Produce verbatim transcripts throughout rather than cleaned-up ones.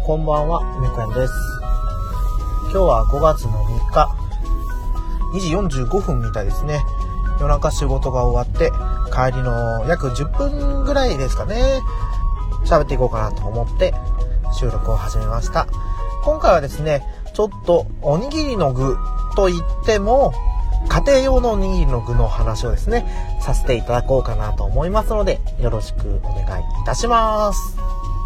こんばんは、みこやんです。今日はごがつのみっか、にじよんじゅうごふんみたいですね。夜中仕事が終わって帰りの約じゅっぷんぐらいですかね、喋っていこうかなと思って収録を始めました。今回はですね、ちょっとおにぎりの具といっても家庭用のおにぎりの具の話をですねさせていただこうかなと思いますので、よろしくお願いいたします。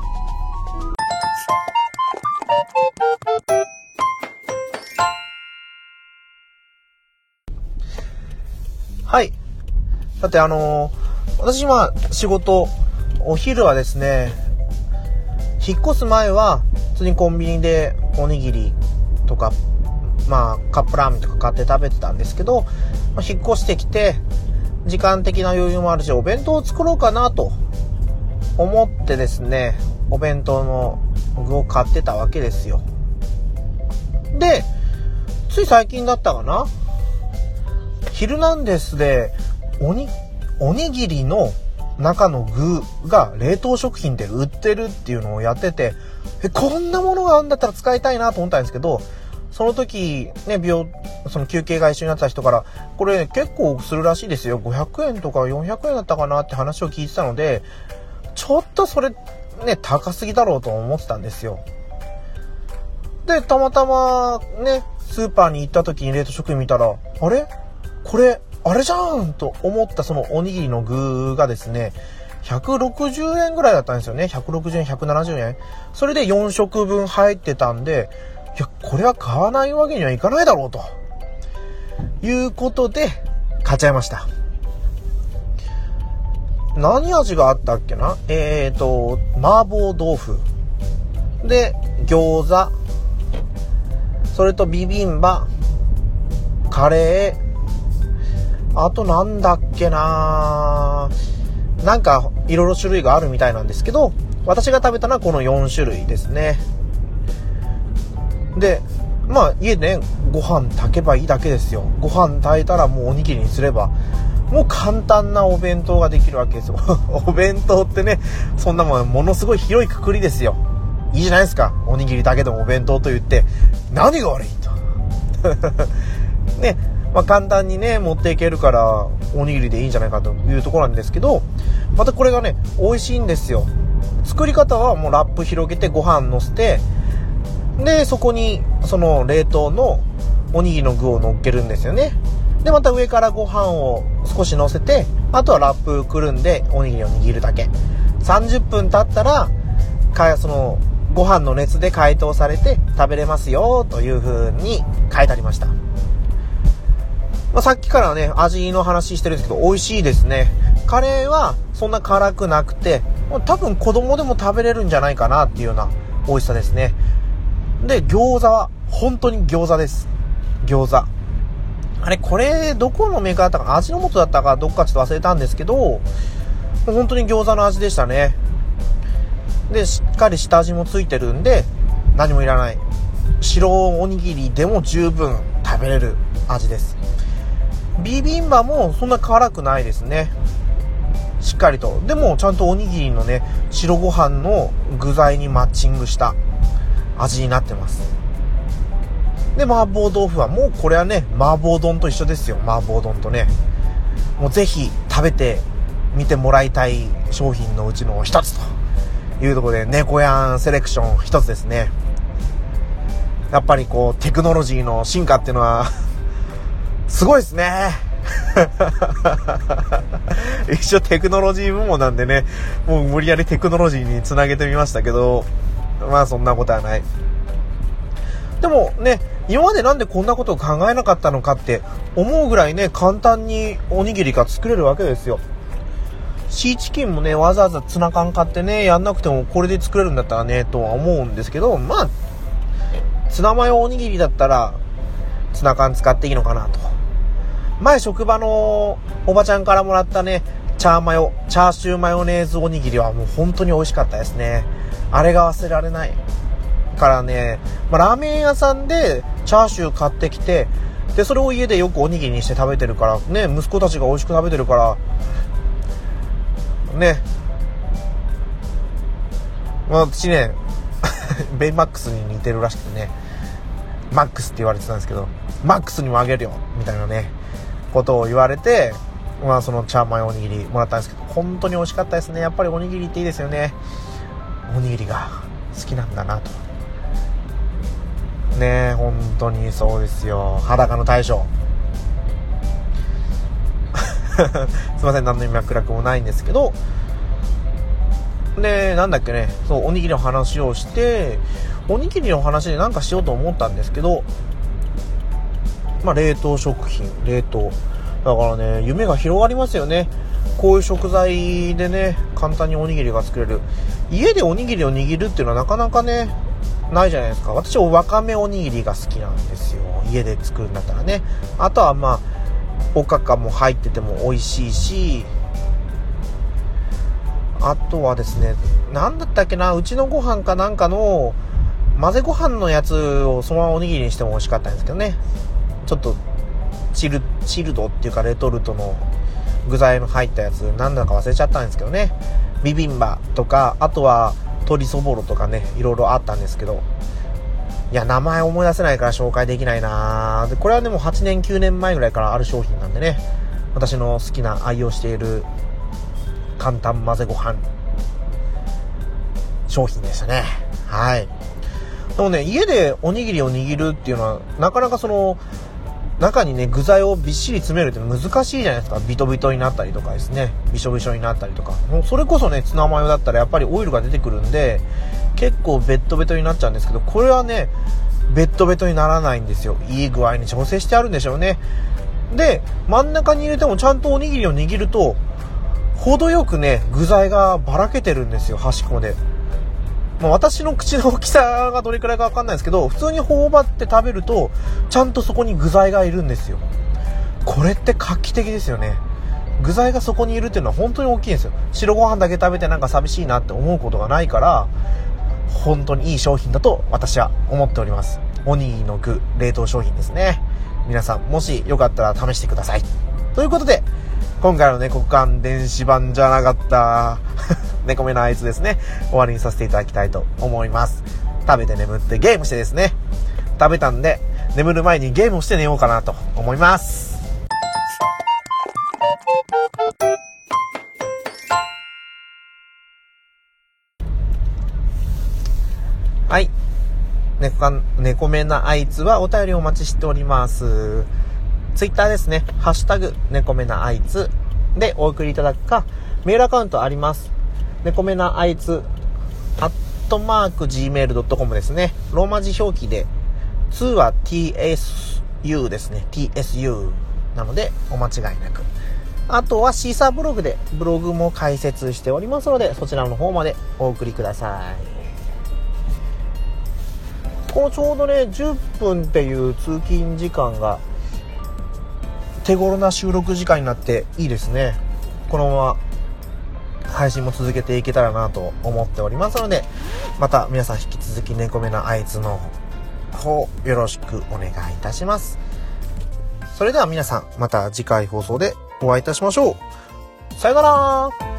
はい。さて、あのー、私今仕事、お昼はですね、引っ越す前は普通にコンビニでおにぎりとか、まあカップラーメンとか買って食べてたんですけど、まあ、引っ越してきて時間的な余裕もあるし、お弁当を作ろうかなと思ってですね、お弁当の具を買ってたわけですよ。で、つい最近だったかな、ヒルナンデスでおに、おにぎりの中の具が冷凍食品で売ってるっていうのをやってて、え、こんなものがあるんだったら使いたいなと思ったんですけど、その時ね、病、その休憩が一緒になってた人から、これ、ね、結構するらしいですよ。ごひゃくえんとかよんひゃくえんだったかなって話を聞いてたので、ちょっとそれね、高すぎだろうと思ってたんですよ。で、たまたまね、スーパーに行った時に冷凍食品見たら、あれこれ、あれじゃんと思ったそのおにぎりの具がですね、ひゃくろくじゅうえんぐらいだったんですよね。ひゃくろくじゅうえん、ひゃくななじゅうえん。それでよんしょくぶん入ってたんで、いや、これは買わないわけにはいかないだろうということで買っちゃいました。何味があったっけな、えーと麻婆豆腐で餃子、それとビビンバ、カレー、あとなんだっけな、なんかいろいろ種類があるみたいなんですけど、私が食べたのはこのよんしゅるいですね。で、まあ家でね、ご飯炊けばいいだけですよ。ご飯炊いたらもうおにぎりにすれば、もう簡単なお弁当ができるわけですよ。お弁当ってね、そんなもんものすごい広いくくりですよ。いいじゃないですか。おにぎりだけでもお弁当と言って何が悪いとね、まあ、簡単にね持っていけるからおにぎりでいいんじゃないかというところなんですけど、またこれがね美味しいんですよ。作り方はもうラップ広げてご飯乗せて、でそこにその冷凍のおにぎりの具を乗っけるんですよね。でまた上からご飯を少し乗せて、あとはラップくるんでおにぎりを握るだけ。さんじゅっぷん経ったらかそのご飯の熱で解凍されて食べれますよという風に書いてありました。まあ、さっきからね味の話してるんですけど美味しいですね。カレーはそんな辛くなくて、多分子供でも食べれるんじゃないかなっていうような美味しさですね。で餃子は本当に餃子です。餃子あれこれどこのメーカーだったか、味の素だったかどっかちょっと忘れたんですけど、本当に餃子の味でしたね。でしっかり下味もついてるんで何もいらない、白おにぎりでも十分食べれる味です。ビビンバもそんな辛くないですね。しっかりと、でもちゃんとおにぎりのね白ご飯の具材にマッチングした味になってます。で麻婆豆腐はもうこれはね麻婆丼と一緒ですよ。麻婆丼とね、もうぜひ食べてみてもらいたい商品のうちの一つというところで、猫やんセレクション一つですね。やっぱりこうテクノロジーの進化っていうのはすごいですね。一応テクノロジー部門なんでね、もう無理やりテクノロジーにつなげてみましたけど、まあそんなことはない。でもね、今までなんでこんなことを考えなかったのかって思うぐらいね、簡単におにぎりが作れるわけですよ。シーチキンもね、わざわざツナ缶買ってねやんなくてもこれで作れるんだったらねとは思うんですけど、まあツナマヨおにぎりだったらツナ缶使っていいのかなと。前職場のおばちゃんからもらったねチャーマヨチャーシューマヨネーズおにぎりはもう本当に美味しかったですね。あれが忘れられないからね、まあ、ラーメン屋さんでチャーシュー買ってきて、でそれを家でよくおにぎりにして食べてるからね、息子たちが美味しく食べてるからね、私ねベイマックスに似てるらしくてね、マックスって言われてたんですけど、マックスにもあげるよみたいなねことを言われて、まあそのチャーマイおにぎりもらったんですけど、本当に美味しかったですね。やっぱりおにぎりっていいですよね。おにぎりが好きなんだなとね、本当にそうですよ。裸の大将すいません、何の脈絡もないんですけど、でなんだっけね、そうおにぎりの話をして、おにぎりの話で何かしようと思ったんですけど、まあ冷凍食品、冷凍だからね、夢が広がりますよね。こういう食材でね、簡単におにぎりが作れる。家でおにぎりを握るっていうのはなかなかねないじゃないですか。私はわかめおにぎりが好きなんですよ。家で作るんだったらね。あとはまあおかかも入ってても美味しいし、あとはですね、なんだったっけな、うちのご飯かなんかの混ぜご飯のやつをそのままおにぎりにしても美味しかったんですけどね。ちょっとチルチルドっていうかレトルトの具材の入ったやつなんだか忘れちゃったんですけどね。ビビンバとか、あとは鶏そぼろとかね、いろいろあったんですけど、いや名前思い出せないから紹介できないな。でこれはでもはちねんきゅうねんまえぐらいからある商品なんでね、私の好きな愛用している簡単混ぜご飯商品でしたね。はい。でもね、家でおにぎりを握るっていうのはなかなかその中にね具材をびっしり詰めるって難しいじゃないですか。ビトビトになったりとかですね、びしょびしょになったりとか、もうそれこそねツナマヨだったらやっぱりオイルが出てくるんで結構ベッドベトになっちゃうんですけど、これはねベッドベトにならないんですよ。いい具合に調整してあるんでしょうね。で真ん中に入れてもちゃんとおにぎりを握ると程よくね具材がばらけてるんですよ、端っこで。まあ、私の口の大きさがどれくらいか分かんないですけど、普通に頬張って食べるとちゃんとそこに具材がいるんですよ。これって画期的ですよね。具材がそこにいるっていうのは本当に大きいんですよ。白ご飯だけ食べてなんか寂しいなって思うことがないから、本当にいい商品だと私は思っております。おにぎりの具冷凍商品ですね。皆さんもしよかったら試してください。ということで今回の猫缶電子版じゃなかった猫目のあいつですね、終わりにさせていただきたいと思います。食べて眠ってゲームしてですね、食べたんで眠る前にゲームをして寝ようかなと思います。はい、猫かん猫目なあいつはお便りお待ちしております。ツイッターですね、ハッシュタグ猫目なあいつでお送りいただくか、メールアカウントあります。猫目なあいつアットマーク ジーメールドットコム ですね。ローマ字表記でツーは ティーエスユー ですね。 ティーエスユー なのでお間違いなく。あとはシーサーブログでブログも開設しておりますので、そちらの方までお送りください。このちょうどねじゅっぷんっていう通勤時間が手頃な収録時間になっていいですね。このまま配信も続けていけたらなと思っておりますので、また皆さん引き続き猫目なあいつの方よろしくお願いいたします。それでは皆さんまた次回放送でお会いいたしましょう。さよなら。